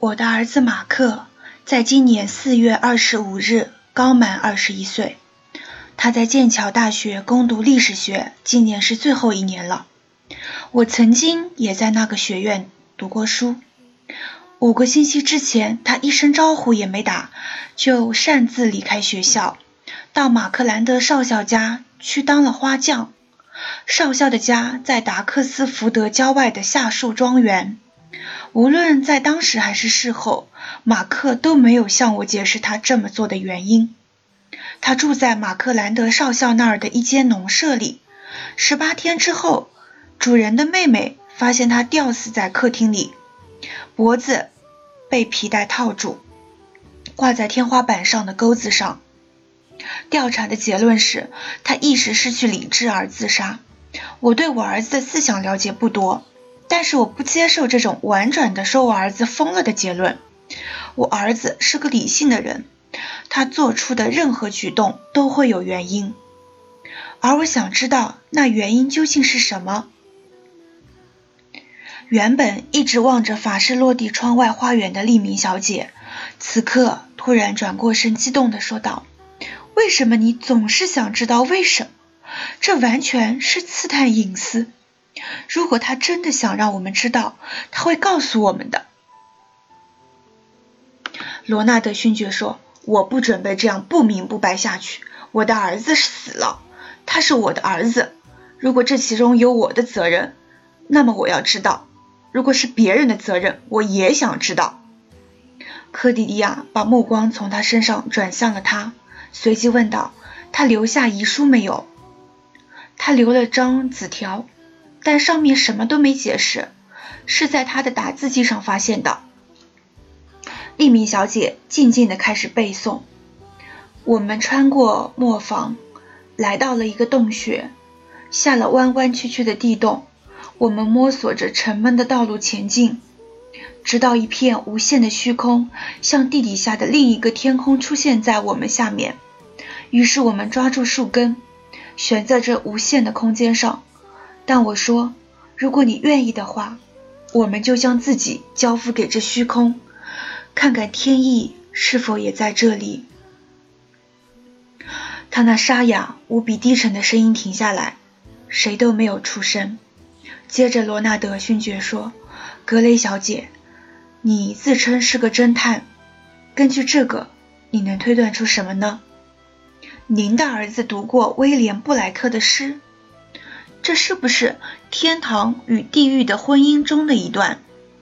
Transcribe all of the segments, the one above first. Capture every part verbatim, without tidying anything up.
我的儿子马克在今年四月二十五日刚满二十一岁，他在剑桥大学攻读历史学，今年是最后一年了。我曾经也在那个学院读过书。五个星期之前，他一声招呼也没打，就擅自离开学校，到马克兰德少校家去当了花匠。少校的家在达克斯福德郊外的夏树庄园。无论在当时还是事后，马克都没有向我解释他这么做的原因。他住在马克兰德少校那儿的一间农舍里。十八天之后，主人的妹妹发现他吊死在客厅里，脖子被皮带套住，挂在天花板上的钩子上。调查的结论是他一时失去理智而自杀。我对我儿子的思想了解不多，但是我不接受这种婉转的说我儿子疯了的结论。我儿子是个理性的人，他做出的任何举动都会有原因，而我想知道那原因究竟是什么。原本一直望着法式落地窗外花园的利明小姐，此刻突然转过身，激动地说道：为什么你总是想知道为什么？这完全是刺探隐私。如果他真的想让我们知道，他会告诉我们的。罗纳德勋爵说：我不准备这样不明不白下去。我的儿子死了，他是我的儿子。如果这其中有我的责任，那么我要知道。如果是别人的责任，我也想知道。科迪迪亚把目光从他身上转向了他，随即问道：他留下遗书没有？他留了张纸条，但上面什么都没解释，是在他的打字机上发现的。利明小姐静静地开始背诵：我们穿过磨坊，来到了一个洞穴，下了弯弯曲曲的地洞，我们摸索着沉闷的道路前进，直到一片无限的虚空，像地底下的另一个天空出现在我们下面。于是我们抓住树根，悬在这无限的空间上。但我说，如果你愿意的话，我们就将自己交付给这虚空，看看天意是否也在这里。他那沙哑无比低沉的声音停下来，谁都没有出声。接着罗纳德勋爵说：格雷小姐，你自称是个侦探，根据这个，你能推断出什么呢？您的儿子读过威廉布莱克的诗，这是不是天堂与地狱的婚姻中的一段？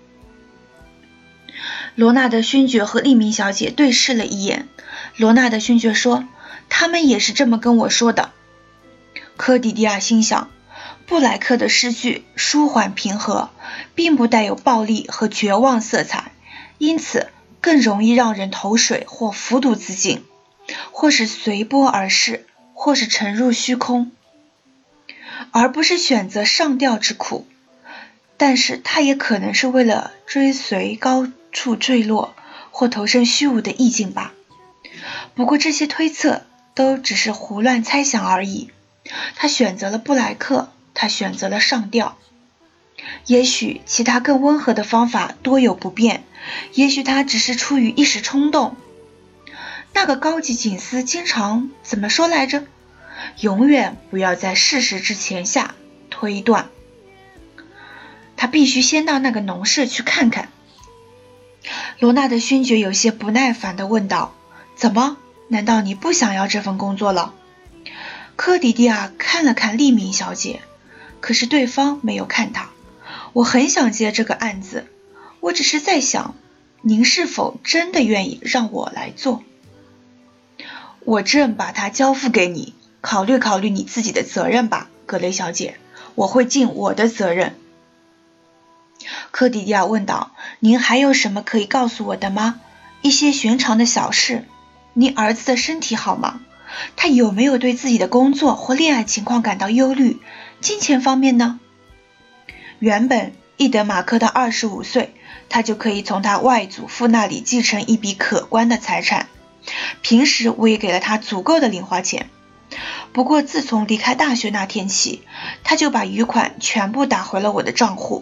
罗纳德勋爵和利明小姐对视了一眼。罗纳德勋爵说：他们也是这么跟我说的。科迪迪亚心想，布莱克的诗句舒缓平和，并不带有暴力和绝望色彩，因此更容易让人投水或服毒自尽，或是随波而逝，或是沉入虚空，而不是选择上吊之苦。但是它也可能是为了追随高处坠落或投身虚无的意境吧。不过这些推测都只是胡乱猜想而已。他选择了布莱克，他选择了上吊。也许其他更温和的方法多有不便，也许他只是出于一时冲动。那个高级警司经常怎么说来着？永远不要在事实之前下推断。他必须先到那个农舍去看看。罗纳德勋爵有些不耐烦地问道：怎么？难道你不想要这份工作了？科迪迪亚看了看利明小姐，可是对方没有看他。我很想接这个案子，我只是在想，您是否真的愿意让我来做？我正把它交付给你，考虑考虑你自己的责任吧，格雷小姐，我会尽我的责任。科迪迪亚问道：您还有什么可以告诉我的吗？一些寻常的小事。您儿子的身体好吗？他有没有对自己的工作或恋爱情况感到忧虑？金钱方面呢？原本一等马克到二十五岁，他就可以从他外祖父那里继承一笔可观的财产。平时我也给了他足够的零花钱。不过自从离开大学那天起，他就把余款全部打回了我的账户。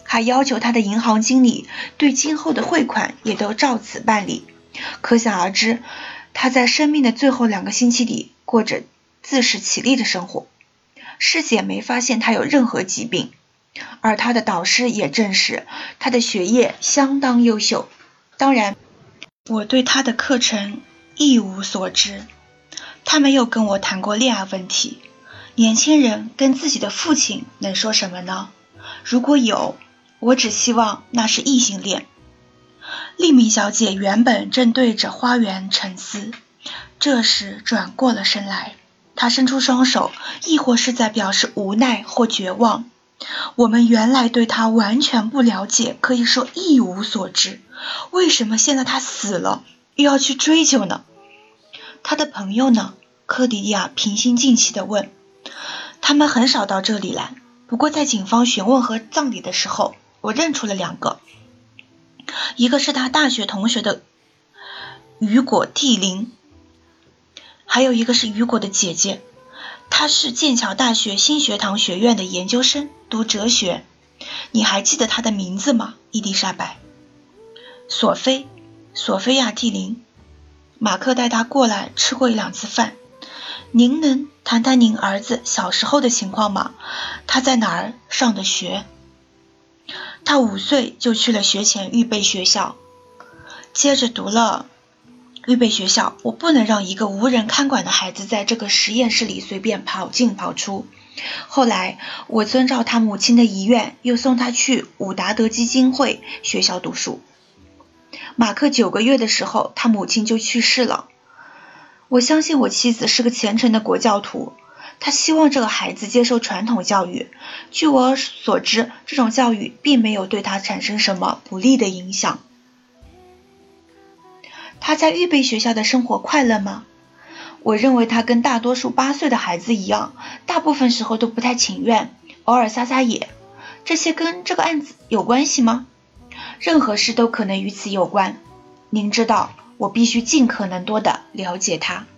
还要求他的银行经理对今后的汇款也都照此办理。可想而知，他在生命的最后两个星期里过着自食其力的生活。师姐没发现他有任何疾病，而他的导师也证实他的学业相当优秀。当然，我对他的课程一无所知。他没有跟我谈过恋爱问题。年轻人跟自己的父亲能说什么呢？如果有，我只希望那是异性恋。丽明小姐原本正对着花园沉思，这时转过了身来，她伸出双手，亦或是在表示无奈或绝望。我们原来对她完全不了解，可以说一无所知，为什么现在她死了又要去追究呢？她的朋友呢？科迪亚平心静气地问。他们很少到这里来，不过在警方询问和葬礼的时候，我认出了两个，一个是他大学同学的雨果蒂林，还有一个是雨果的姐姐，她是剑桥大学新学堂学院的研究生，读哲学。你还记得她的名字吗，伊丽莎白？索菲，索菲亚蒂林。马克带她过来吃过一两次饭。您能谈谈您儿子小时候的情况吗？他在哪儿上的学？他五岁就去了学前预备学校，接着读了预备学校。我不能让一个无人看管的孩子在这个实验室里随便跑进跑出。后来我遵照他母亲的遗愿，又送他去伍达德基金会学校读书。马克九个月的时候，他母亲就去世了。我相信我妻子是个虔诚的国教徒，她希望这个孩子接受传统教育。据我所知，这种教育并没有对他产生什么不利的影响。他在预备学校的生活快乐吗？我认为他跟大多数八岁的孩子一样，大部分时候都不太情愿，偶尔撒撒野。这些跟这个案子有关系吗？任何事都可能与此有关。您知道，我必须尽可能多地了解他。